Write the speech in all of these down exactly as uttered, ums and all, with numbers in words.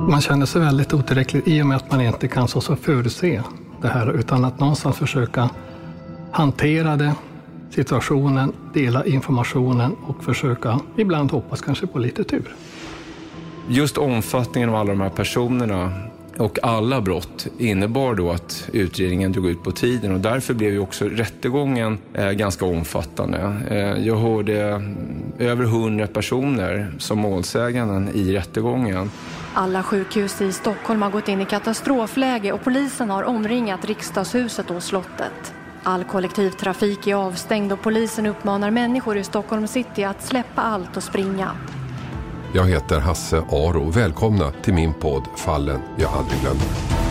Man känner sig väldigt otillräcklig i och med att man inte kan så, så förutse det här, utan att någonstans försöka hantera det, situationen, dela informationen och försöka ibland hoppas kanske på lite tur. Just omfattningen av alla de här personerna och alla brott innebar då att utredningen drog ut på tiden, och därför blev ju också rättegången eh, ganska omfattande. Eh, jag hörde över hundra personer som målsäganden i rättegången. Alla sjukhus i Stockholm har gått in i katastrofläge och polisen har omringat riksdagshuset och slottet. All kollektivtrafik är avstängd och polisen uppmanar människor i Stockholm city att släppa allt och springa. Jag heter Hasse Aro. Välkomna till min podd Fallen jag aldrig glömmer.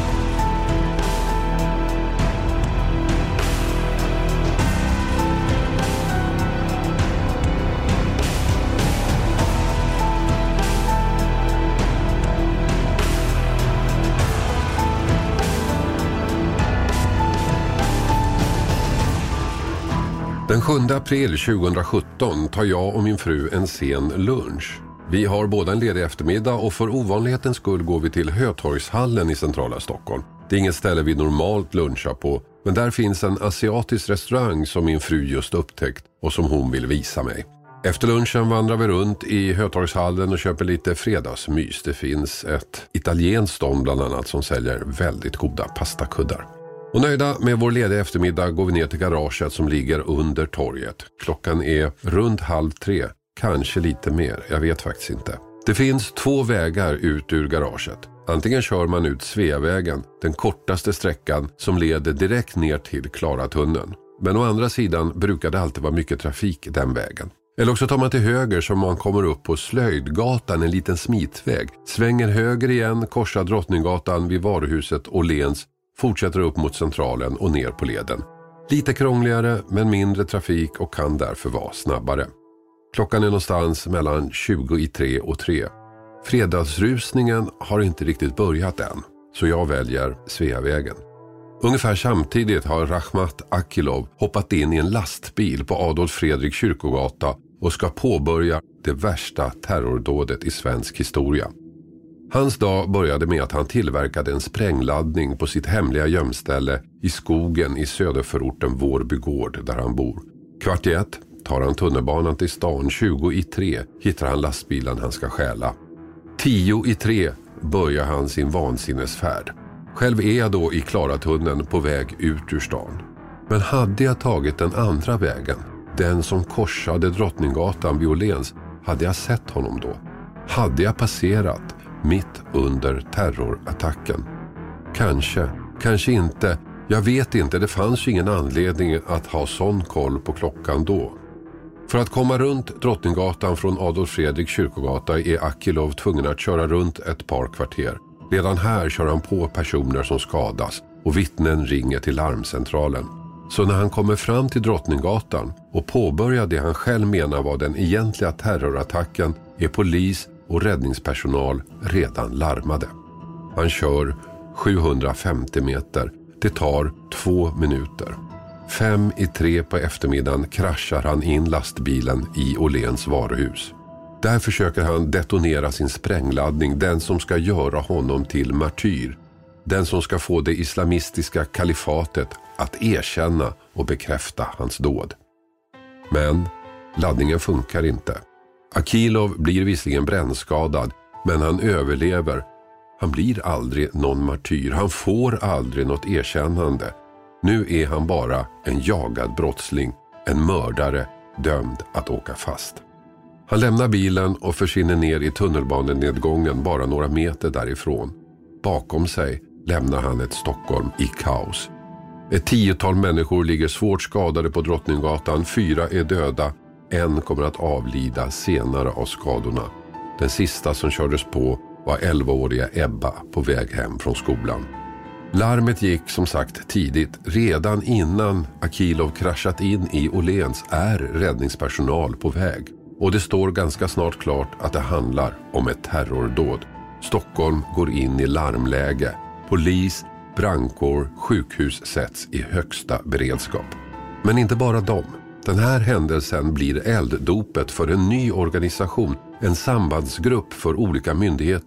Den sjunde april tjugohundrasjutton tar jag och min fru en sen lunch. Vi har båda en ledig eftermiddag och för ovanlighetens skull går vi till Hötorgshallen i centrala Stockholm. Det är inget ställe vi normalt lunchar på, men där finns en asiatisk restaurang som min fru just upptäckt och som hon vill visa mig. Efter lunchen vandrar vi runt i Hötorgshallen och köper lite fredagsmys. Det finns ett italienskt stånd bland annat som säljer väldigt goda pastakuddar. Och nöjda med vår lediga eftermiddag går vi ner till garaget som ligger under torget. Klockan är runt halv tre. Kanske lite mer, jag vet faktiskt inte. Det finns två vägar ut ur garaget. Antingen kör man ut Sveavägen, den kortaste sträckan som leder direkt ner till Klaratunneln. Men å andra sidan brukar det alltid vara mycket trafik den vägen. Eller också tar man till höger som man kommer upp på Slöjdgatan, en liten smitväg. Svänger höger igen, korsar Drottninggatan vid varuhuset Åhléns, fortsätter upp mot Centralen och ner på leden. Lite krångligare men mindre trafik och kan därför vara snabbare. Klockan är någonstans mellan tjugo i tre och tre. Fredagsrusningen har inte riktigt börjat än, så jag väljer Sveavägen. Ungefär samtidigt har Rahmat Akilov hoppat in i en lastbil på Adolf Fredrik kyrkogata och ska påbörja det värsta terrordådet i svensk historia. Hans dag började med att han tillverkade en sprängladdning på sitt hemliga gömställe i skogen i söderförorten Vårbygård där han bor. Kvart i ett tar han tunnelbanan till stan. Tjugo i tre hittar han lastbilen han ska stjäla. Tio i tre börjar han sin vansinnesfärd. Själv är jag då i Klaratunneln på väg ut ur stan. Men hade jag tagit den andra vägen, den som korsade Drottninggatan vid Åhléns, hade jag sett honom då? Hade jag passerat mitt under terrorattacken? Kanske, kanske inte. Jag vet inte, det fanns ju ingen anledning att ha sån koll på klockan då. För att komma runt Drottninggatan från Adolf Fredrik kyrkogata är Akilov tvungen att köra runt ett par kvarter. Redan här kör han på personer som skadas och vittnen ringer till larmcentralen. Så när han kommer fram till Drottninggatan och påbörjar det han själv menar var den egentliga terrorattacken är polis och räddningspersonal redan larmade. Han kör sjuhundrafemtio meter. Det tar två minuter. Fem i tre på eftermiddagen kraschar han in lastbilen i Åhléns varuhus. Där försöker han detonera sin sprängladdning, den som ska göra honom till martyr. Den som ska få det islamistiska kalifatet att erkänna och bekräfta hans dåd. Men laddningen funkar inte. Akilov blir visserligen brännskadad, men han överlever. Han blir aldrig någon martyr, han får aldrig något erkännande. Nu är han bara en jagad brottsling, en mördare, dömd att åka fast. Han lämnar bilen och försvinner ner i tunnelbanenedgången bara några meter därifrån. Bakom sig lämnar han ett Stockholm i kaos. Ett tiotal människor ligger svårt skadade på Drottninggatan, fyra är döda, en kommer att avlida senare av skadorna. Den sista som kördes på var elvaåriga Ebba på väg hem från skolan. Larmet gick som sagt tidigt. Redan innan Akilov kraschat in i Åhléns är räddningspersonal på väg. Och det står ganska snart klart att det handlar om ett terrordåd. Stockholm går in i larmläge. Polis, brandkår, sjukhus sätts i högsta beredskap. Men inte bara dem. Den här händelsen blir elddopet för en ny organisation, en sambandsgrupp för olika myndigheter,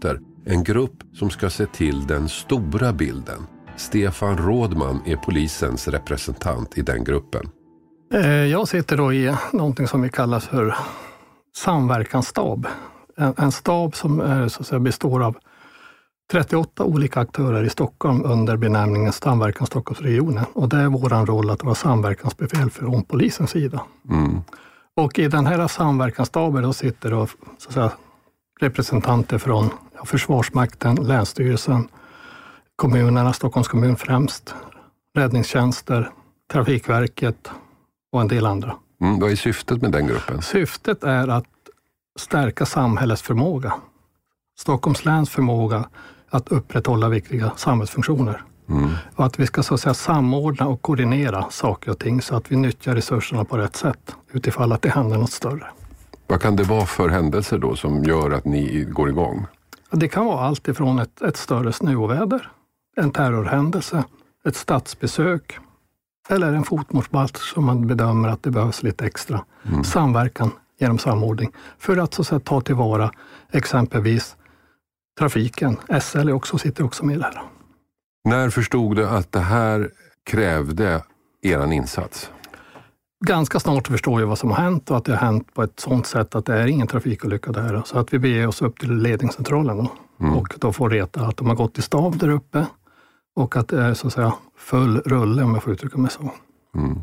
En grupp som ska se till den stora bilden. Stefan Rådman är polisens representant i den gruppen. Jag sitter då i någonting som vi kallar för samverkansstab. En, en stab som är, så att säga, består av trettioåtta olika aktörer i Stockholm under benämningen Samverkan Stockholmsregionen. Och det är vår roll att vara samverkansbefäl från polisens sida. Mm. Och i den här samverkansstaben då sitter då, så att säga, representanter från ja, Försvarsmakten, Länsstyrelsen, kommunerna, Stockholms kommun främst, räddningstjänster, Trafikverket och en del andra. Mm, vad är syftet med den gruppen? Syftet är att stärka samhällets förmåga. Stockholms läns förmåga att upprätthålla viktiga samhällsfunktioner. Mm. Och att vi ska så att säga samordna och koordinera saker och ting så att vi nyttjar resurserna på rätt sätt utifall att det händer något större. Vad kan det vara för händelser då som gör att ni går igång? Det kan vara allt ifrån ett, ett större snöoväder, en terrorhändelse, ett statsbesök eller en fotbollsmatch som man bedömer att det behövs lite extra mm. samverkan genom samordning för att så att säga, ta tillvara exempelvis trafiken. S L också, sitter också med där. När förstod du att det här krävde eran insats? Ganska snart förstår jag vad som har hänt och att det har hänt på ett sådant sätt att det är ingen trafikolycka där. Så att vi beger oss upp till ledningscentralen då. Mm. Och då får reta att de har gått i stav där uppe och att det är så att säga full rulle, om jag får uttrycka mig så. Mm.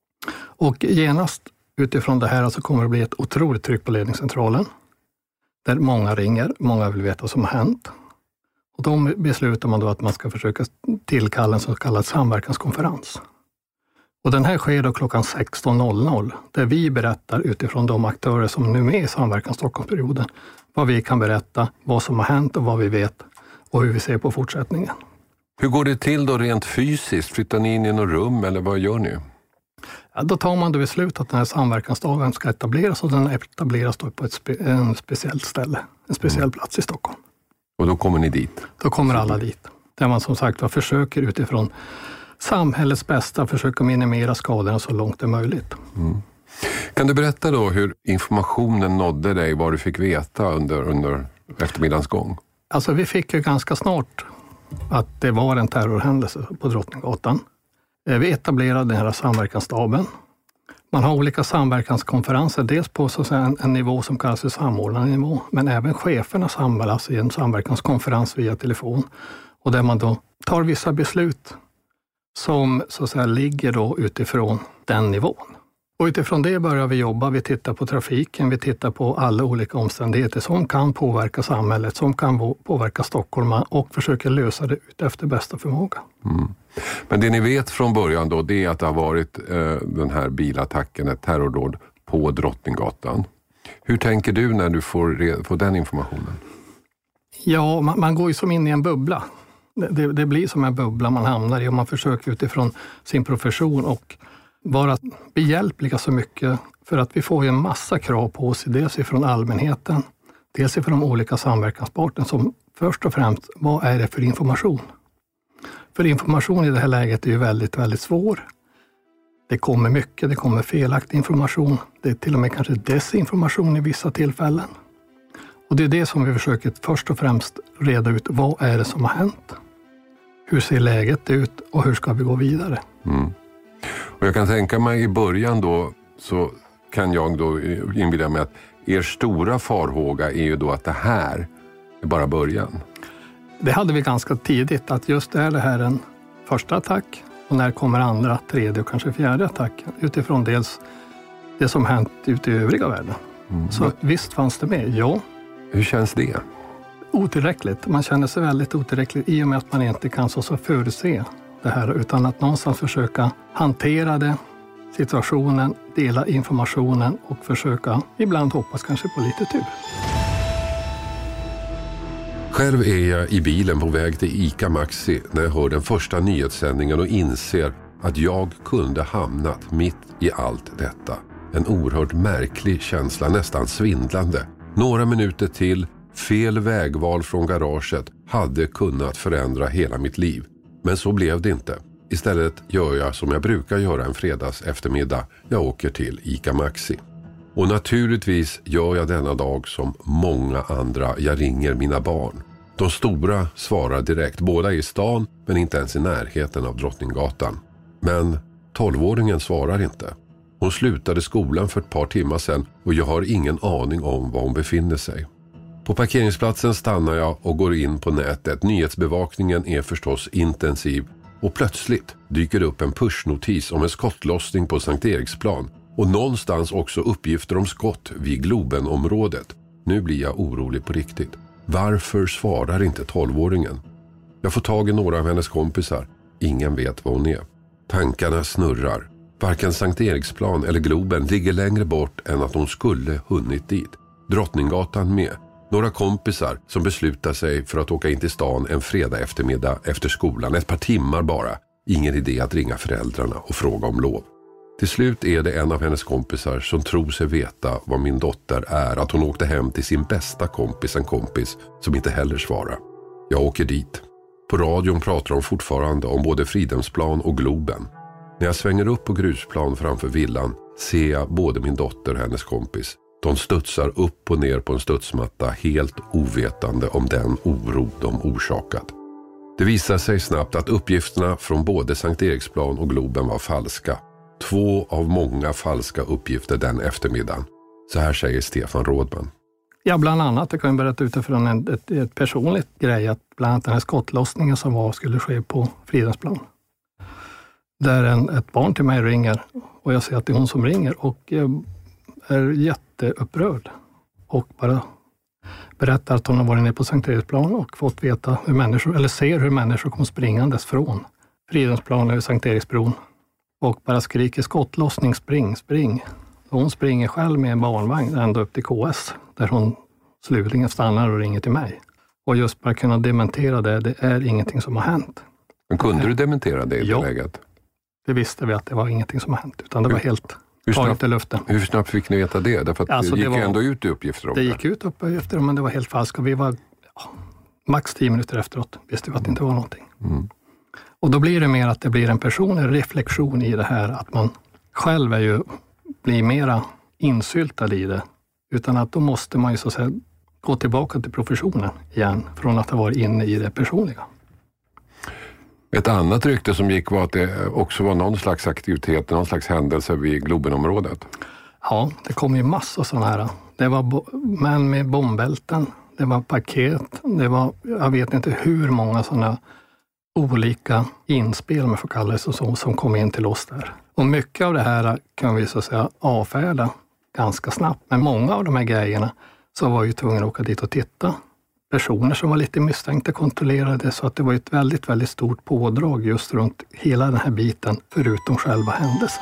Och genast utifrån det här så kommer det bli ett otroligt tryck på ledningscentralen. Där många ringer, många vill veta vad som har hänt. Och då beslutar man då att man ska försöka tillkalla en så kallad samverkanskonferens. Och den här sker då klockan sexton noll noll där vi berättar utifrån de aktörer som nu är med i Samverkan Stockholmsperioden vad vi kan berätta, vad som har hänt och vad vi vet och hur vi ser på fortsättningen. Hur går det till då rent fysiskt? Flyttar ni in i något rum eller vad gör ni? Ja, då tar man då beslut att den här samverkansdagen ska etableras och den etableras då på ett spe, en speciellt ställe, en speciell mm. plats i Stockholm. Och då kommer ni dit? Då kommer alla dit. Där man som sagt var försöker utifrån samhällets bästa försöka minimera skadorna så långt det är möjligt. Mm. Kan du berätta då hur informationen nådde dig, vad du fick veta under, under eftermiddagens gång? Alltså vi fick ju ganska snart att det var en terrorhändelse på Drottninggatan. Vi etablerade den här samverkansstaben. Man har olika samverkanskonferenser, dels på så att säga, en, en nivå som kallas för samordnande nivå, men även cheferna samlas i en samverkanskonferens via telefon och där man då tar vissa beslut som så att säga ligger då utifrån den nivån. Och utifrån det börjar vi jobba, vi tittar på trafiken, vi tittar på alla olika omständigheter som kan påverka samhället, som kan påverka Stockholm och försöker lösa det ut efter bästa förmåga. Mm. Men det ni vet från början då, det är att det har varit eh, den här bilattacken, ett terrordåd på Drottninggatan. Hur tänker du när du får, får den informationen? Ja, man, man går ju som in i en bubbla. Det, det blir som en bubbla man hamnar i och man försöker utifrån sin profession och vara behjälpliga så mycket för att vi får ju en massa krav på oss, dels ifrån allmänheten, dels ifrån de olika samverkanspartnerna som först och främst, vad är det för information? För information i det här läget är ju väldigt, väldigt svår. Det kommer mycket, det kommer felaktig information, det är till och med kanske desinformation i vissa tillfällen. Och det är det som vi försöker först och främst reda ut, vad är det som har hänt? Hur ser läget ut och hur ska vi gå vidare? Mm. Och jag kan tänka mig i början då så kan jag då inbilla mig att er stora farhåga är ju då att det här är bara början. Det hade vi ganska tidigt, att just är det här en första attack och när kommer andra, tredje och kanske fjärde attacken utifrån dels det som hänt ute i övriga världen. Mm. Så visst fanns det med, ja. Hur känns det? Otillräckligt. Man känner sig väldigt otillräcklig i och med att man inte kan så, så förutse det här utan att någonstans försöka hantera det, situationen, dela informationen och försöka ibland hoppas kanske på lite tur. Själv är jag i bilen på väg till ICA Maxi när jag hör den första nyhetssändningen och inser att jag kunde hamnat mitt i allt detta. En oerhört märklig känsla, nästan svindlande. Några minuter till, fel vägval från garaget hade kunnat förändra hela mitt liv. Men så blev det inte. Istället gör jag som jag brukar göra en fredags eftermiddag. Jag åker till ICA Maxi. Och naturligtvis gör jag denna dag som många andra. Jag ringer mina barn. De stora svarar direkt, båda i stan men inte ens i närheten av Drottninggatan. Men tolvåringen svarar inte. Hon slutade skolan för ett par timmar sedan och jag har ingen aning om var hon befinner sig. På parkeringsplatsen stannar jag och går in på nätet. Nyhetsbevakningen är förstås intensiv och plötsligt dyker det upp en pushnotis om en skottlossning på Sankt Eriksplan och någonstans också uppgifter om skott vid Globenområdet. Nu blir jag orolig på riktigt. Varför svarar inte tolvåringen? Jag får tag i några av hennes kompisar. Ingen vet var hon är. Tankarna snurrar. Varken Sankt Eriksplan eller Globen ligger längre bort än att hon skulle hunnit dit. Drottninggatan med. Några kompisar som beslutar sig för att åka in till stan en fredag eftermiddag efter skolan. Ett par timmar bara. Ingen idé att ringa föräldrarna och fråga om lov. Till slut är det en av hennes kompisar som tror sig veta vad min dotter är. Att hon åkte hem till sin bästa kompis, en kompis som inte heller svarar. Jag åker dit. På radion pratar de fortfarande om både Fridhemsplan och Globen. När jag svänger upp på grusplan framför villan ser jag både min dotter och hennes kompis. De studsar upp och ner på en studsmatta helt ovetande om den oro de orsakat. Det visar sig snabbt att uppgifterna från både Sankt Eriksplan och Globen var falska. Två av många falska uppgifter den eftermiddagen. Så här säger Stefan Rådman. Ja, bland annat, jag kan berätta utifrån en, ett, ett personligt grej, att bland annat den här skottlossningen som var skulle ske på Fridhemsplan. Där en, ett barn till mig ringer och jag ser att det är hon som ringer och jag är jätteupprörd och bara berättar att hon har varit nere på Sankt Eriksplan och fått veta hur människor, eller ser hur människor kommer springandes från Fridhemsplan över Sankt Eriksbron och bara skriker skottlossning, spring, spring. Och hon springer själv med en barnvagn ända upp till K S där hon slutligen stannar och ringer till mig. Och just bara kunna dementera det, det är ingenting som har hänt. Men kunde du dementera det i ja, det läget? Det visste vi att det var ingenting som har hänt, utan det var helt hur taget snabbt, i luften. Hur snabbt fick ni veta det? Därför att alltså, det gick det var, ändå ut uppgifter om det. Det gick ut uppgifter, men det var helt falskt. Och vi var ja, max tio minuter efteråt visste vi att det inte var någonting. Mm. Och då blir det mer att det blir en personlig reflektion i det här, att man själv är ju, blir mera insyltad i det. Utan att då måste man ju så att säga gå tillbaka till professionen igen, från att ha varit inne i det personliga. Ett annat rykte som gick var att det också var någon slags aktivitet, någon slags händelse vid Globenområdet. Ja, det kom ju massor sådana här. Det var bo- män med bombbälten, det var paket, det var, jag vet inte hur många sådana olika inspel, om jag får kalla det så, som kom in till oss där. Och mycket av det här kan vi så att säga avfärda ganska snabbt. Men många av de här grejerna så var ju tvungna att åka dit och titta. Personer som var lite misstänkta kontrollerade, så att det var ett väldigt, väldigt stort pådrag just runt hela den här biten, förutom själva händelsen.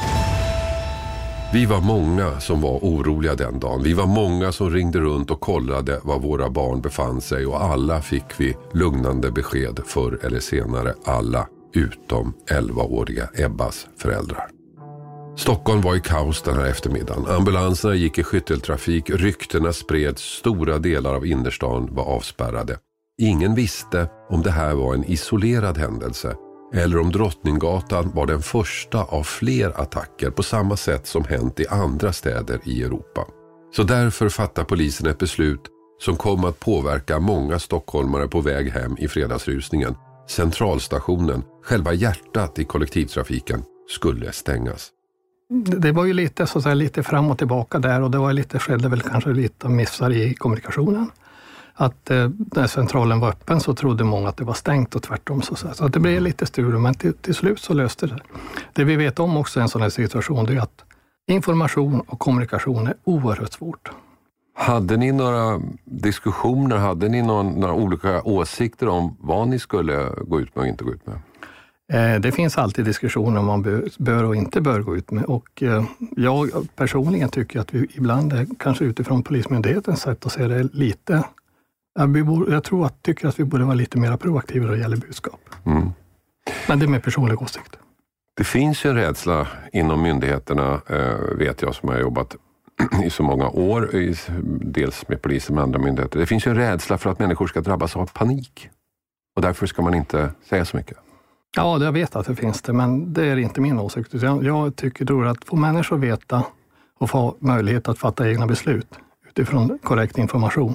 Vi var många som var oroliga den dagen. Vi var många som ringde runt och kollade var våra barn befann sig, och alla fick vi lugnande besked förr eller senare, alla utom elvaåriga Ebbas föräldrar. Stockholm var i kaos den här eftermiddagen. Ambulanserna gick i skytteltrafik, ryktena spreds, stora delar av innerstan var avspärrade. Ingen visste om det här var en isolerad händelse eller om Drottninggatan var den första av fler attacker på samma sätt som hänt i andra städer i Europa. Så därför fattar polisen ett beslut som kom att påverka många stockholmare på väg hem i fredagsrusningen. Centralstationen, själva hjärtat i kollektivtrafiken, skulle stängas. Det var ju lite, så att säga, lite fram och tillbaka där, och det var lite, skedde väl kanske lite missar i kommunikationen. Att eh, när centralen var öppen så trodde många att det var stängt och tvärtom. Så, så att det blev lite stur, men till, till slut så löste det. Det vi vet om också i en sån här situation, det är att information och kommunikation är oerhört svårt. Hade ni några diskussioner, hade ni någon, några olika åsikter om vad ni skulle gå ut med och inte gå ut med? Eh, det finns alltid diskussioner om man bör, bör och inte bör gå ut med. Och eh, jag personligen tycker att vi ibland, är, kanske utifrån polismyndighetens sätt att se det, lite... Jag tror att tycker att vi borde vara lite mer proaktiva när det gäller budskap. Mm. Men det är med personlig åsikt. Det finns ju en rädsla inom myndigheterna, vet jag, som har jobbat i så många år, dels med polisen och andra myndigheter. Det finns ju en rädsla för att människor ska drabbas av panik. Och därför ska man inte säga så mycket. Ja, jag vet att det finns det, men det är inte min åsikt. Jag, jag tycker då att få människor veta och få möjlighet att fatta egna beslut utifrån korrekt information,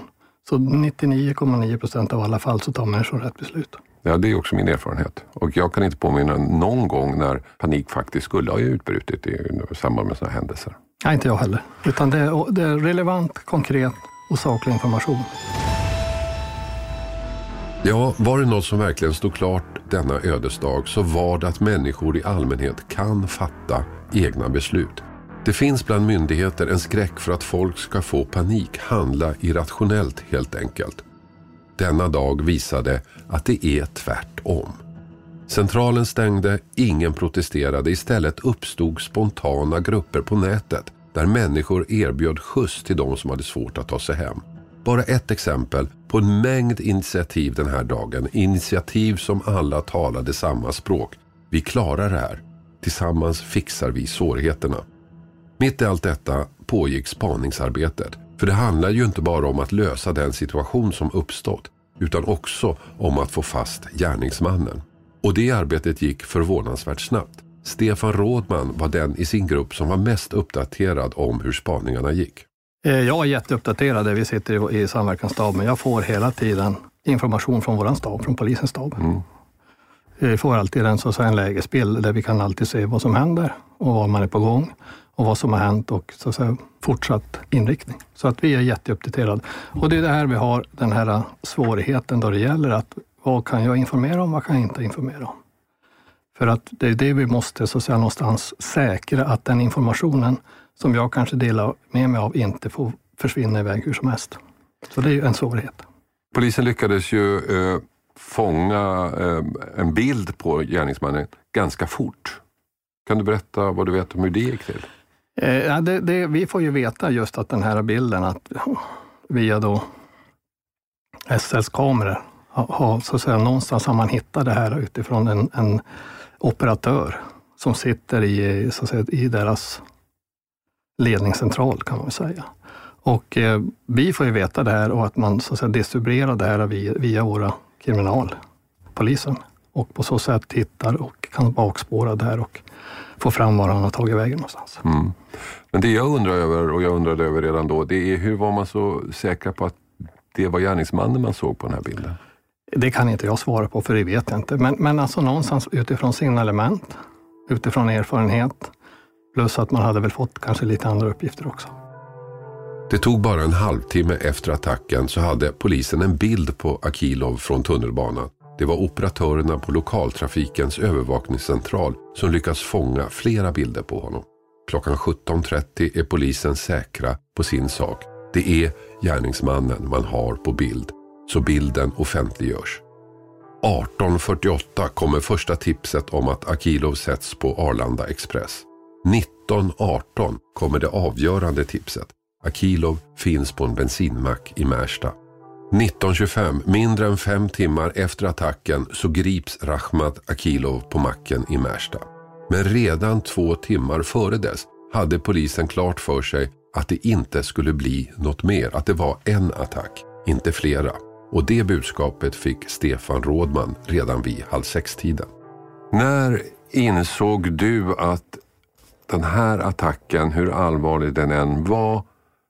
Så nittionio komma nio procent av alla fall så tar människor rätt beslut. Ja, det är också min erfarenhet. Och jag kan inte påminna någon gång när panik faktiskt skulle ha utbrutit i samband med sådana händelser. Nej, inte jag heller. Utan det är, det är relevant, konkret och saklig information. Ja, var det något som verkligen stod klart denna ödesdag så var det att människor i allmänhet kan fatta egna beslut. Det finns bland myndigheter en skräck för att folk ska få panik, handla irrationellt helt enkelt. Denna dag visade att det är tvärtom. Centralen stängde, ingen protesterade, istället uppstod spontana grupper på nätet där människor erbjöd skjuts till de som hade svårt att ta sig hem. Bara ett exempel på en mängd initiativ den här dagen, initiativ som alla talade samma språk. Vi klarar det här. Tillsammans fixar vi svårigheterna. Mitt i allt detta pågick spaningsarbetet. För det handlar ju inte bara om att lösa den situation som uppstått, utan också om att få fast gärningsmannen. Och det arbetet gick förvånansvärt snabbt. Stefan Rådman var den i sin grupp som var mest uppdaterad om hur spaningarna gick. Jag är jätteuppdaterad, vi sitter i samverkansstab, men jag får hela tiden information från våran stab, från polisens stab. Mm. Vi får alltid en, så att säga, en lägesbild där vi kan alltid se vad som händer och vad man är på gång och vad som har hänt och så att säga, fortsatt inriktning. Så att vi är jätteuppdaterade. Och det är det här vi har den här svårigheten då det gäller att vad kan jag informera om, vad kan jag inte informera om. För att det är det vi måste så att säga, någonstans säkra att den informationen som jag kanske delar med mig av inte får försvinna iväg hur som helst. Så det är ju en svårighet. Polisen lyckades ju eh, fånga eh, en bild på gärningsmannen ganska fort. Kan du berätta vad du vet om hur det gick till? Eh, det, det, vi får ju veta just att den här bilden att via då S L:s kameror har, har så att säga någonstans har man hittat det här utifrån en, en operatör som sitter i, så att säga, i deras ledningscentral kan man säga. Och eh, vi får ju veta det här och att man så att säga distribuerar det här via, via våra kriminalpolisen. Och på så sätt hittar och kan bakspåra det här och få fram var han har tagit vägen någonstans. Mm. Men det jag undrar över, och jag undrade över redan då, det är hur var man så säker på att det var gärningsmannen man såg på den här bilden? Det kan inte jag svara på, för det vet jag inte. Men, men alltså någonstans utifrån signalement, utifrån erfarenhet, plus att man hade väl fått kanske lite andra uppgifter också. Det tog bara en halvtimme efter attacken så hade polisen en bild på Akilov från tunnelbanan. Det var operatörerna på lokaltrafikens övervakningscentral som lyckats fånga flera bilder på honom. Klockan sjutton trettio är polisen säkra på sin sak. Det är gärningsmannen man har på bild, så bilden offentliggörs. arton fyrtioåtta kommer första tipset om att Akilov sätts på Arlanda Express. nitton arton kommer det avgörande tipset. Akilov finns på en bensinmack i Märsta. nitton tjugofem, mindre än fem timmar efter attacken, så grips Rahmat Akilov på macken i Märsta. Men redan två timmar före dess hade polisen klart för sig att det inte skulle bli något mer, att det var en attack, inte flera. Och det budskapet fick Stefan Rådman redan vid halv sex-tiden. När insåg du att den här attacken, hur allvarlig den än var,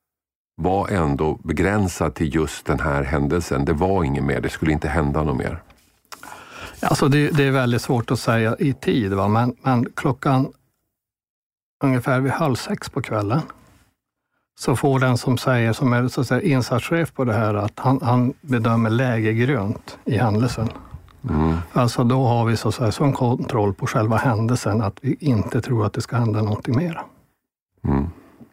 var ändå begränsad till just den här händelsen? Det var inget mer, det skulle inte hända något mer. Alltså det, det är väldigt svårt att säga i tid, va? Men, men klockan ungefär vid halv sex på kvällen så får den som säger, som är så att säga insatschef på det här, att han, han bedömer läge grönt i händelsen. Mm. Alltså då har vi så att säga sån kontroll på själva händelsen att vi inte tror att det ska hända någonting mer. Mm.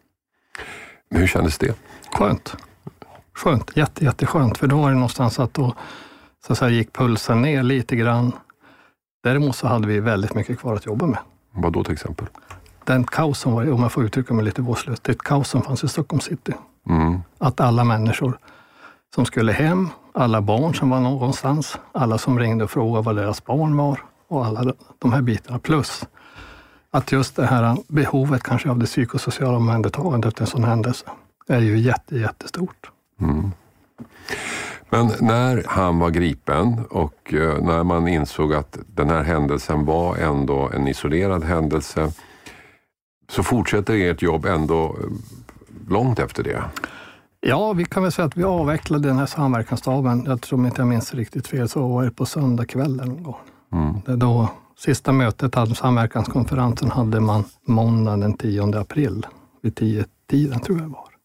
Hur kändes det? Skönt. Skönt, jätte, jätteskönt. För då var det någonstans att då så att säga, gick pulsen ner lite grann. Däremot så hade vi väldigt mycket kvar att jobba med. Vad då till exempel? Den kaos som var, om jag får uttrycka mig lite vårdslöst, det kaos som fanns i Stockholm city. Mm. Att alla människor som skulle hem, alla barn som var någonstans, alla som ringde och frågade vad deras barn var och alla de här bitarna. Plus att just det här behovet kanske av det psykosociala omhändertagandet efter en sån händelse är ju jätte, jättestort. Mm. Men när han var gripen och när man insåg att den här händelsen var ändå en isolerad händelse, så fortsätter ert jobb ändå långt efter det? Ja, vi kan väl säga att vi avvecklade den här samverkansstaben. Jag tror inte jag minns riktigt fel, så var det på söndagskvällen någon gång. Mm. Det då, sista mötet, hade samverkanskonferensen, hade man måndag den tionde april vid tio tiden tror jag det var.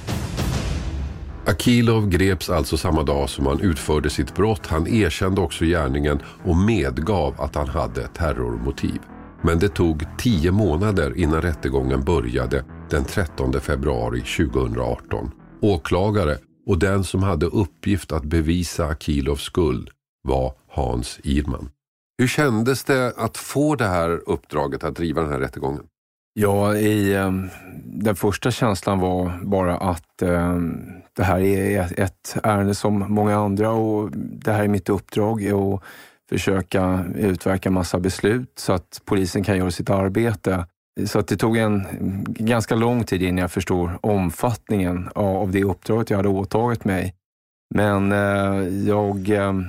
Akilov greps alltså samma dag som han utförde sitt brott. Han erkände också gärningen och medgav att han hade terrormotiv. Men det tog tio månader innan rättegången började den trettonde februari tjugohundraarton. Åklagare och den som hade uppgift att bevisa Akilovs skuld var Hans Irman. Hur kändes det att få det här uppdraget att driva den här rättegången? Ja, i, eh, den första känslan var bara att eh, det här är ett ärende som många andra och det här är mitt uppdrag att försöka utverka massa beslut så att polisen kan göra sitt arbete. Så att det tog en ganska lång tid innan jag förstod omfattningen av det uppdraget jag hade åtagit mig. Men eh, jag eh,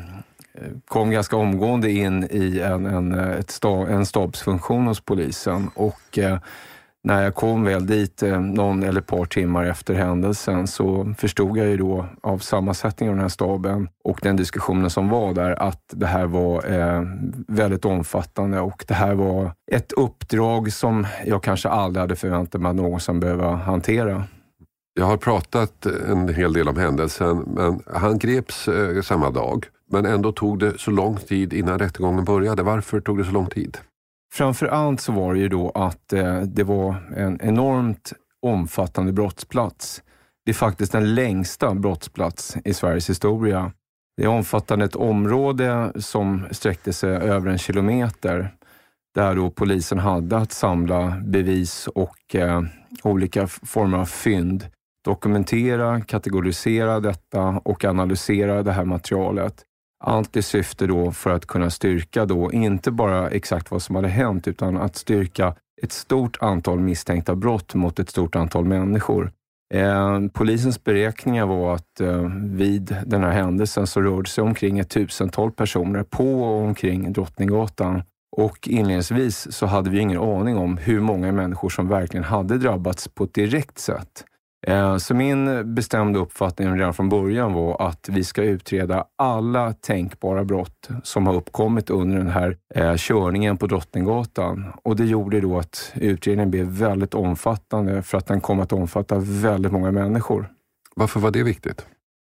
kom ganska omgående in i en, en, ett sta, en stabsfunktion hos polisen och eh, när jag kom väl dit eh, någon eller ett par timmar efter händelsen så förstod jag ju då av sammansättningen av den här staben och den diskussionen som var där att det här var eh, väldigt omfattande och det här var ett uppdrag som jag kanske aldrig hade förväntat mig att någon som behöva hantera. Jag har pratat en hel del om händelsen, men han greps eh, samma dag. Men ändå tog det så lång tid innan rättegången började. Varför tog det så lång tid? Framförallt så var det ju då att eh, det var en enormt omfattande brottsplats. Det är faktiskt den längsta brottsplats i Sveriges historia. Det omfattade ett område som sträckte sig över en kilometer. Där då polisen hade att samla bevis och eh, olika former av fynd. Dokumentera, kategorisera detta och analysera det här materialet. Allt i syfte då för att kunna styrka då inte bara exakt vad som hade hänt utan att styrka ett stort antal misstänkta brott mot ett stort antal människor. Eh, polisens beräkningar var att eh, vid den här händelsen så rörde sig omkring ett tusental personer på och omkring Drottninggatan. Och inledningsvis så hade vi ingen aning om hur många människor som verkligen hade drabbats på ett direkt sätt. Så min bestämda uppfattning redan från början var att vi ska utreda alla tänkbara brott som har uppkommit under den här eh, körningen på Drottninggatan. Och det gjorde då att utredningen blev väldigt omfattande för att den kom att omfatta väldigt många människor. Varför var det viktigt?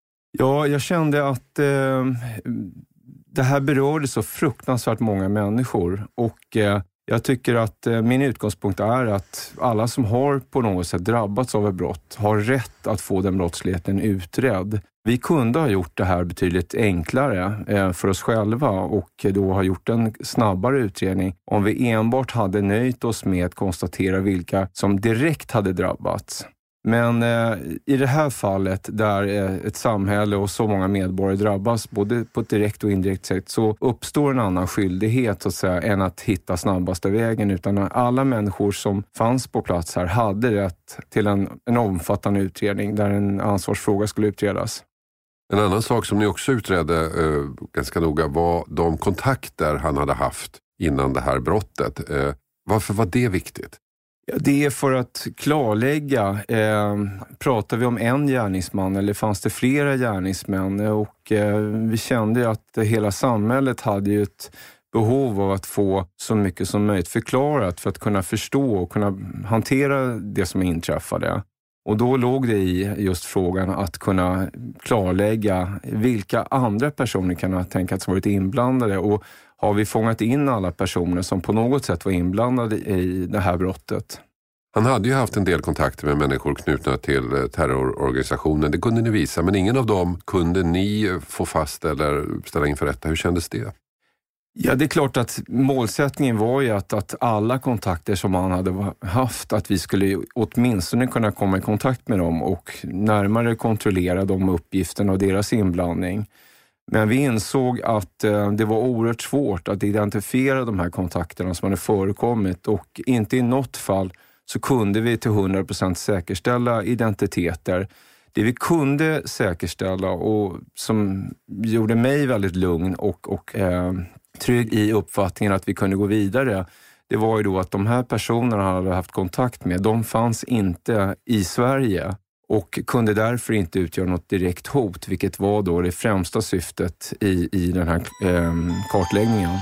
Ja, jag kände att eh, det här berörde så fruktansvärt många människor och eh, jag tycker att eh, min utgångspunkt är att alla som har på något sätt drabbats av ett brott har rätt att få den brottsligheten utredd. Vi kunde ha gjort det här betydligt enklare eh, för oss själva och då ha gjort en snabbare utredning om vi enbart hade nöjt oss med att konstatera vilka som direkt hade drabbats. Men eh, i det här fallet där eh, ett samhälle och så många medborgare drabbas både på ett direkt och indirekt sätt så uppstår en annan skyldighet så att säga, än att hitta snabbaste vägen utan alla människor som fanns på plats här hade rätt till en, en omfattande utredning där en ansvarsfråga skulle utredas. En annan sak som ni också utredde eh, ganska noga var de kontakter han hade haft innan det här brottet. Eh, varför var det viktigt? Ja, det är för att klarlägga, eh, pratar vi om en gärningsman eller fanns det flera gärningsmän och eh, vi kände att hela samhället hade ju ett behov av att få så mycket som möjligt förklarat för att kunna förstå och kunna hantera det som inträffade. Och då låg det i just frågan att kunna klarlägga vilka andra personer kan ha tänkt varit inblandade och har vi fångat in alla personer som på något sätt var inblandade i det här brottet? Han hade ju haft en del kontakter med människor knutna till terrororganisationen. Det kunde ni visa, men ingen av dem kunde ni få fast eller ställa inför rätta. Hur kändes det? Ja, det är klart att målsättningen var ju att, att alla kontakter som han hade haft, att vi skulle åtminstone kunna komma i kontakt med dem och närmare kontrollera de uppgifterna och deras inblandning. Men vi insåg att eh, det var oerhört svårt att identifiera de här kontakterna som hade förekommit och inte i något fall så kunde vi till hundra procent säkerställa identiteter. Det vi kunde säkerställa och som gjorde mig väldigt lugn och, och eh, trygg i uppfattningen att vi kunde gå vidare, det var ju då att de här personerna han hade haft kontakt med, de fanns inte i Sverige. och kunde därför inte utgöra något direkt hot, vilket var då det främsta syftet i, i den här eh, kartläggningen.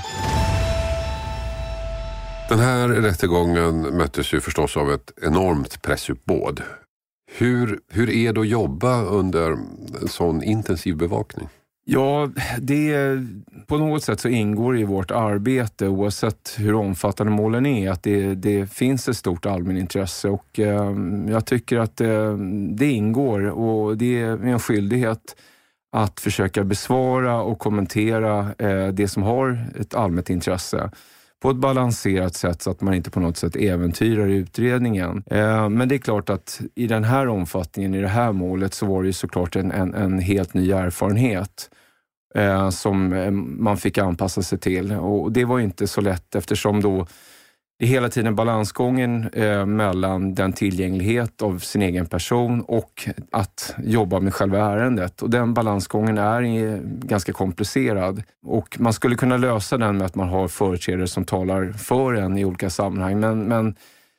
Den här rättegången möttes ju förstås av ett enormt pressuppbåd. Hur, hur är det att jobba under en sån intensiv bevakning? Ja, det, på något sätt så ingår i vårt arbete, oavsett hur omfattande målen är, att det, det finns ett stort allmänintresse, och eh, jag tycker att det, det ingår, och det är en skyldighet att försöka besvara och kommentera eh, det som har ett allmänt intresse på ett balanserat sätt, så att man inte på något sätt äventyrar utredningen. Eh, men det är klart att i den här omfattningen, i det här målet, så var det ju såklart en, en, en helt ny erfarenhet eh, som man fick anpassa sig till. Och det var inte så lätt, eftersom då det är hela tiden balansgången eh, mellan den tillgänglighet av sin egen person och att jobba med själva ärendet. Och den balansgången är eh, ganska komplicerad. Och man skulle kunna lösa den med att man har företrädare som talar för en i olika sammanhang. Men, men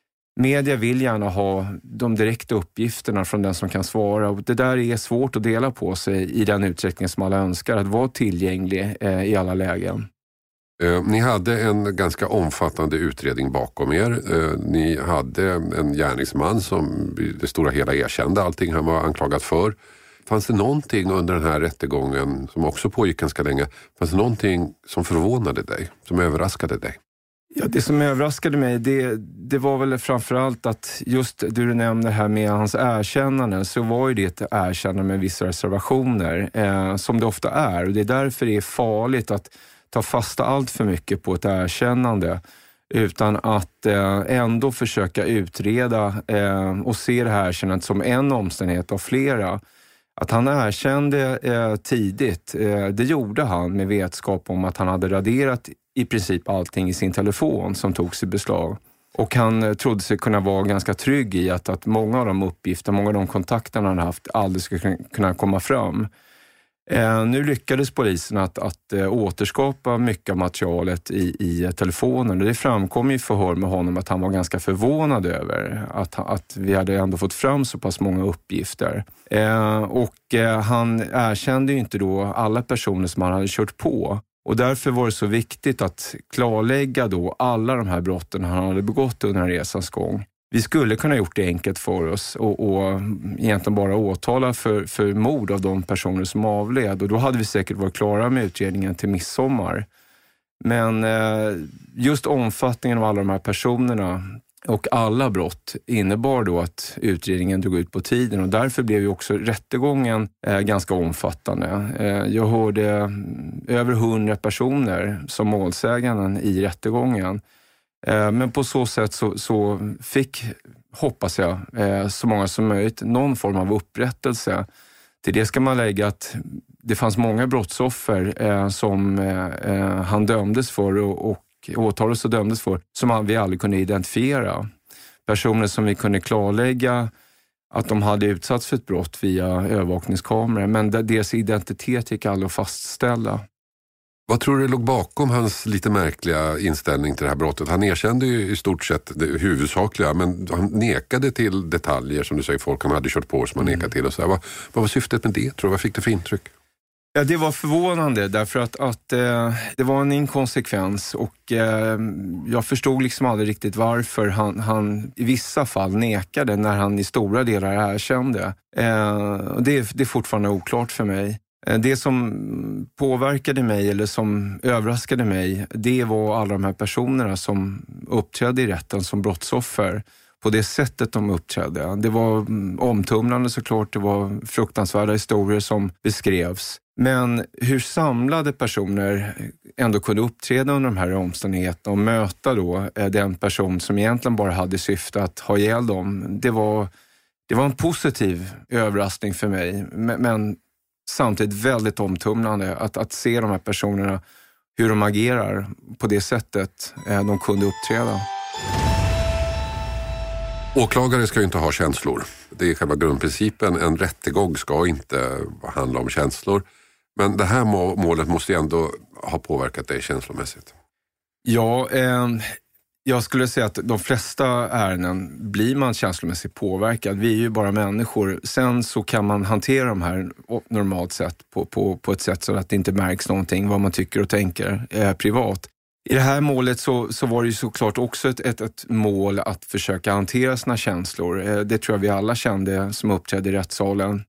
media vill gärna ha de direkta uppgifterna från den som kan svara. Och det där är svårt att dela på sig i den utsträckning som alla önskar, att vara tillgänglig eh, i alla lägen. Eh, ni hade en ganska omfattande utredning bakom er. Eh, ni hade en gärningsman som i det stora hela erkände allting han var anklagad för. Fanns det någonting under den här rättegången, som också pågick ganska länge, fanns det någonting som förvånade dig, som överraskade dig? Ja, det som överraskade mig, det, det var väl framförallt att just du nämner här med hans erkännande, så var ju det ett erkännande med vissa reservationer, eh, som det ofta är. Och det är därför det är farligt att ta fasta allt för mycket på ett erkännande, utan att eh, ändå försöka utreda eh, och se det här erkännandet som en omständighet av flera. Att han erkände eh, tidigt, eh, det gjorde han med vetskap om att han hade raderat i princip allting i sin telefon som togs i beslag. Och han eh, trodde sig kunna vara ganska trygg i att, att många av de uppgifter, många av de kontakterna han haft aldrig skulle kunna komma fram. Eh, nu lyckades polisen att, att eh, återskapa mycket av materialet i, i telefonen. Och det framkom i förhör med honom att han var ganska förvånad över att, att vi hade ändå fått fram så pass många uppgifter. Eh, och eh, han erkände ju inte då alla personer som han hade kört på. Och därför var det så viktigt att klarlägga då alla de här brotten han hade begått under resans gång. Vi skulle kunna gjort det enkelt för oss och, och egentligen bara åtala för, för mord av de personer som avled. Och då hade vi säkert varit klara med utredningen till midsommar. Men eh, just omfattningen av alla de här personerna och alla brott innebar då att utredningen drog ut på tiden. Och därför blev ju också rättegången eh, ganska omfattande. Eh, jag hörde över hundra personer som målsäganden i rättegången. Men på så sätt så, så fick, hoppas jag, så många som möjligt någon form av upprättelse. Till det ska man lägga att det fanns många brottsoffer som han dömdes för och, och åtalades och dömdes för, som vi aldrig kunde identifiera. Personer som vi kunde klarlägga att de hade utsatts för ett brott via övervakningskameror, men deras identitet gick aldrig att fastställa. Vad tror du låg bakom hans lite märkliga inställning till det här brottet? Han erkände ju i stort sett det huvudsakliga, men han nekade till detaljer som du säger, folk han hade kört på som han nekade till. Och så här. Vad, vad var syftet med det, tror du? Vad fick det för intryck? Ja, det var förvånande därför att, att eh, det var en inkonsekvens och eh, jag förstod liksom aldrig riktigt varför han, han i vissa fall nekade när han i stora delar erkände. Eh, det, det är fortfarande oklart för mig. Det som påverkade mig eller som överraskade mig, det var alla de här personerna som uppträdde i rätten som brottsoffer på det sättet de uppträdde. Det var omtumlande såklart, det var fruktansvärda historier som beskrevs. Men hur samlade personer ändå kunde uppträda under de här omständigheterna och möta då den person som egentligen bara hade syfte att ha ihjäl dem, det var, det var en positiv överraskning för mig. Men samtidigt väldigt omtumlande att, att se de här personerna, hur de agerar på det sättet eh, de kunde uppträda. Åklagare ska ju inte ha känslor. Det är själva grundprincipen. En rättegång ska inte handla om känslor. Men det här må- målet måste ju ändå ha påverkat dig känslomässigt. Ja, eh, Jag skulle säga att de flesta ärenden blir man känslomässigt påverkad. Vi är ju bara människor. Sen så kan man hantera de här normalt sett på, på, på ett sätt så att det inte märks någonting vad man tycker och tänker eh, privat. I det här målet så, så var det ju såklart också ett, ett, ett mål att försöka hantera sina känslor. Eh, det tror jag vi alla kände som uppträdde i rättssalen.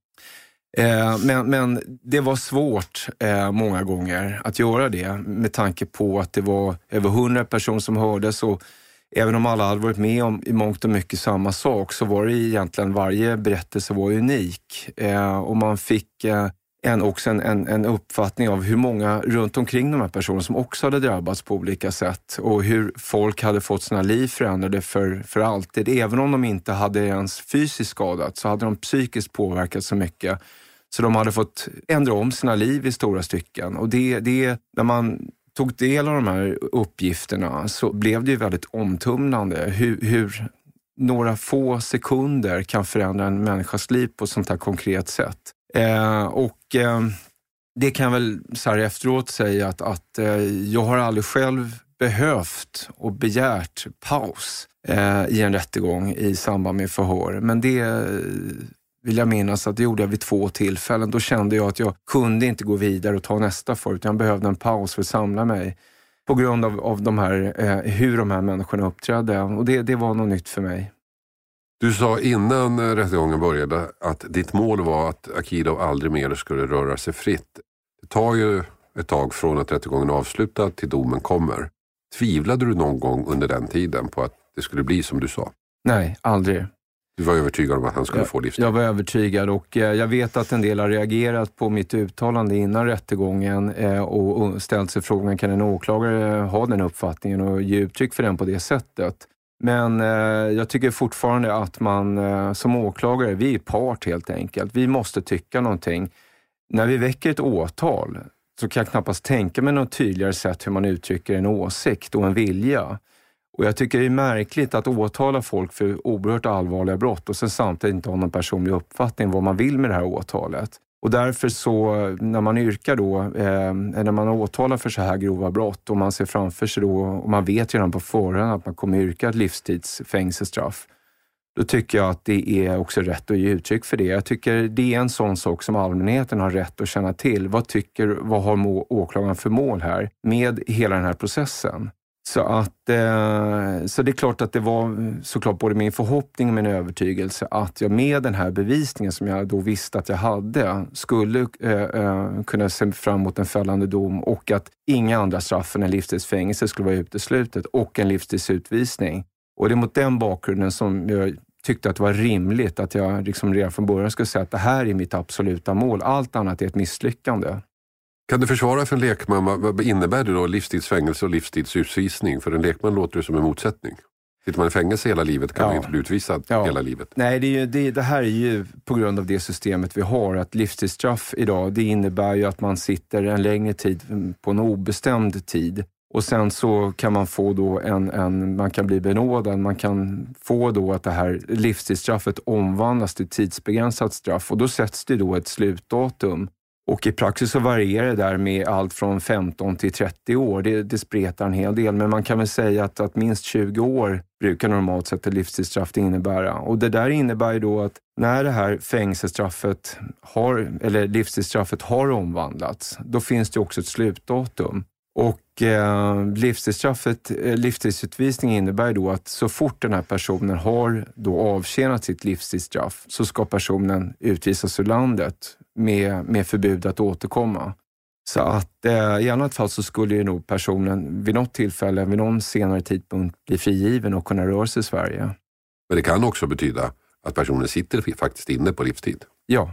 Eh, men, men det var svårt eh, många gånger att göra det med tanke på att det var över hundra personer som hördes, och även om alla hade varit med om i mångt och mycket samma sak så var det egentligen varje berättelse var unik eh, och man fick eh, en, också en, en, en uppfattning av hur många runt omkring de här personerna som också hade drabbats på olika sätt och hur folk hade fått sina liv förändrade för, för alltid. Även om de inte hade ens fysiskt skadat så hade de psykiskt påverkat så mycket. Så de hade fått ändra om sina liv i stora stycken. Och det, det, när man tog del av de här uppgifterna så blev det ju väldigt omtumlande. Hur, hur några få sekunder kan förändra en människas liv på ett sånt här konkret sätt. Eh, och eh, det kan väl så här efteråt säga att, att eh, jag har aldrig själv behövt och begärt paus eh, i en rättegång i samband med förhör. Men det vill jag minnas att det gjorde jag vid två tillfällen. Då kände jag att jag kunde inte gå vidare och ta nästa för, utan jag behövde en paus för att samla mig. På grund av, av de här, eh, hur de här människorna uppträdde. Och det, det var något nytt för mig. Du sa innan rättegången började att ditt mål var att Akilov aldrig mer skulle röra sig fritt. Det tar ju ett tag från att rättegången är avslutad till domen kommer. Tvivlade du någon gång under den tiden på att det skulle bli som du sa? Nej, aldrig. Du var övertygad om att han skulle jag, få livstid? Jag var övertygad, och eh, jag vet att en del har reagerat på mitt uttalande innan rättegången eh, och, och ställt sig frågan, kan en åklagare ha den uppfattningen och ge uttryck för den på det sättet? Men eh, jag tycker fortfarande att man eh, som åklagare, vi är part helt enkelt. Vi måste tycka någonting. När vi väcker ett åtal så kan jag knappast tänka mig något tydligare sätt hur man uttrycker en åsikt och en vilja. Och jag tycker det är märkligt att åtala folk för oerhört allvarliga brott och sen samtidigt inte ha någon personlig uppfattning vad man vill med det här åtalet. Och därför så, när man yrkar då, eh, när man åtalar för så här grova brott och man ser framför sig då, och man vet redan på förhand att man kommer yrka ett livstidsfängelsestraff, då tycker jag att det är också rätt att ge uttryck för det. Jag tycker det är en sån sak som allmänheten har rätt att känna till. Vad tycker, vad har må, åklagaren för mål här med hela den här processen? Så att, eh, så det är klart att det var såklart både min förhoppning och min övertygelse att jag med den här bevisningen som jag då visste att jag hade skulle eh, eh, kunna se fram emot en fällande dom och att inga andra straff än en livstidsfängelse skulle vara uteslutet och en livstidsutvisning. Och det är mot den bakgrunden som jag tyckte att det var rimligt att jag liksom redan från början skulle säga att det här är mitt absoluta mål. Allt annat är ett misslyckande. Kan du försvara för en lekman, vad innebär det då livstidsfängelse och livstidsutvisning? För en lekman låter det som en motsättning. Sitter man i fängelse hela livet kan ja. man inte bli utvisad ja. hela livet. Nej, det, är ju, det, det här är ju på grund av det systemet vi har. Att livstidsstraff idag, det innebär ju att man sitter en längre tid på en obestämd tid. Och sen så kan man få då en, en man kan bli benådad, man kan få då att det här livstidsstraffet omvandlas till tidsbegränsat straff. Och då sätts det då ett slutdatum. Och i praxis så varierar det där med allt från femton till trettio år. Det, det spretar en hel del. Men man kan väl säga att, att minst tjugo år brukar normalt sett ett livstidsstraff innebära. Och det där innebär ju då att när det här fängelsestraffet har, eller livstidsstraffet har omvandlats, då finns det också ett slutdatum. Och eh, livstidsstraffet, eh, livstidsutvisning innebär då att så fort den här personen har då avtjänat sitt livstidsstraff så ska personen utvisas ur landet med, med förbud att återkomma. Så att eh, i annat fall så skulle ju nog personen vid något tillfälle, vid någon senare tidpunkt bli frigiven och kunna röra sig i Sverige. Men det kan också betyda att personen sitter faktiskt inne på livstid. Ja.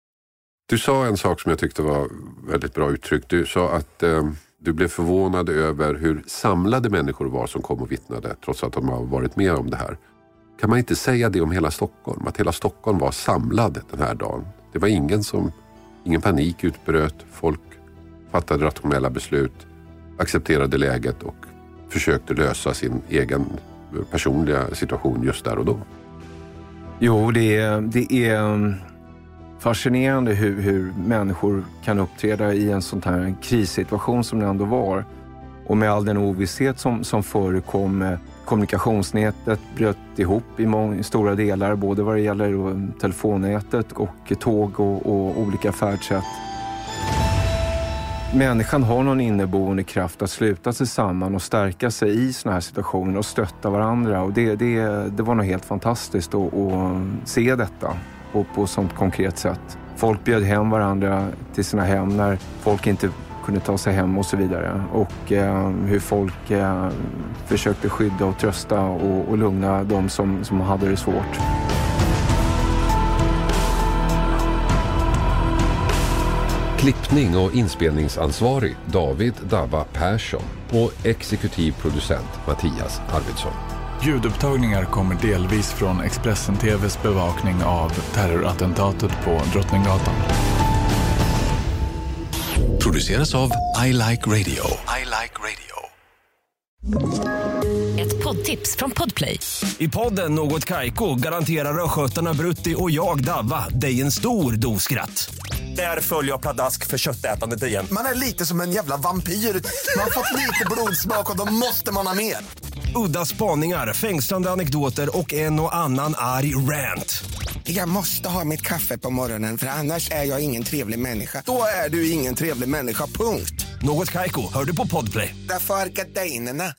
Du sa en sak som jag tyckte var väldigt bra uttryckt. Du sa att eh, du blev förvånad över hur samlade människor var som kom och vittnade trots att de har varit med om det här. Kan man inte säga det om hela Stockholm? Att hela Stockholm var samlad den här dagen. Det var ingen som, ingen panik utbröt. Folk fattade rationella beslut, accepterade läget och försökte lösa sin egen personliga situation just där och då. Jo, det är, det är fascinerande hur, hur människor kan uppträda i en sån här krissituation som det ändå var. Och med all den ovisshet som, som förekom Kommunikationsnätet bröt ihop i, många, i stora delar, både vad det gäller då, telefonnätet och tåg och, och olika färdsätt. Människan har någon inneboende kraft att sluta sig samman och stärka sig i såna här situationer och stötta varandra. Och det, det, det var något helt fantastiskt att, att se detta på, på ett sånt konkret sätt. Folk bjöd hem varandra till sina hem när folk inte kunde ta sig hem och så vidare. Och eh, hur folk eh, försökte skydda och trösta och, och lugna de som, som hade det svårt. Klippning och inspelningsansvarig David Dabba Persson och exekutiv producent Mattias Arvidsson. Ljudupptagningar kommer delvis från Expressen T V:s bevakning av terrorattentatet på Drottninggatan. Produceras av I Like Radio. I Like Radio. Ett poddtips från Podplay. I podden Något Kaiko garanterar röskötarna Brutti och jag Davva dig en stor doskratt. Där följer jag pladask för köttätandet igen. Man är lite som en jävla vampyr. Man har fått lite blodsmak och då måste man ha mer. Udda spaningar, fängslande anekdoter och en och annan arg rant. Jag måste ha mitt kaffe på morgonen för annars är jag ingen trevlig människa. Då är du ingen trevlig människa, punkt. Något Kaiko, hör du på Podplay. Därför är gardinerna.